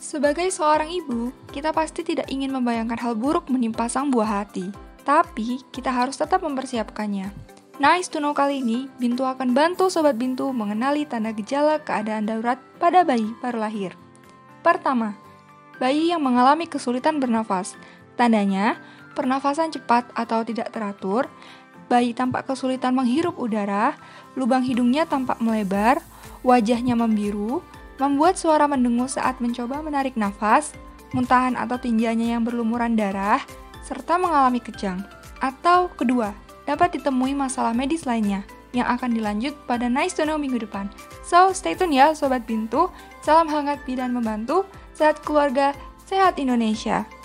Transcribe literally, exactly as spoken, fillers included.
Sebagai seorang ibu, kita pasti tidak ingin membayangkan hal buruk menimpa sang buah hati. Tapi, kita harus tetap mempersiapkannya. Nice to know kali ini, Bintu akan bantu Sobat Bintu mengenali tanda gejala keadaan darurat pada bayi baru lahir. Pertama, bayi yang mengalami kesulitan bernafas. Tandanya, pernafasan cepat atau tidak teratur, bayi tampak kesulitan menghirup udara, lubang hidungnya tampak melebar, wajahnya membiru, membuat suara mendengus saat mencoba menarik nafas, muntahan atau tinjanya yang berlumuran darah, serta mengalami kejang. Atau kedua, dapat ditemui masalah medis lainnya yang akan dilanjut pada Nice to Know minggu depan. So, stay tune ya Sobat Bintu. Salam hangat bidan membantu, sehat keluarga, sehat Indonesia.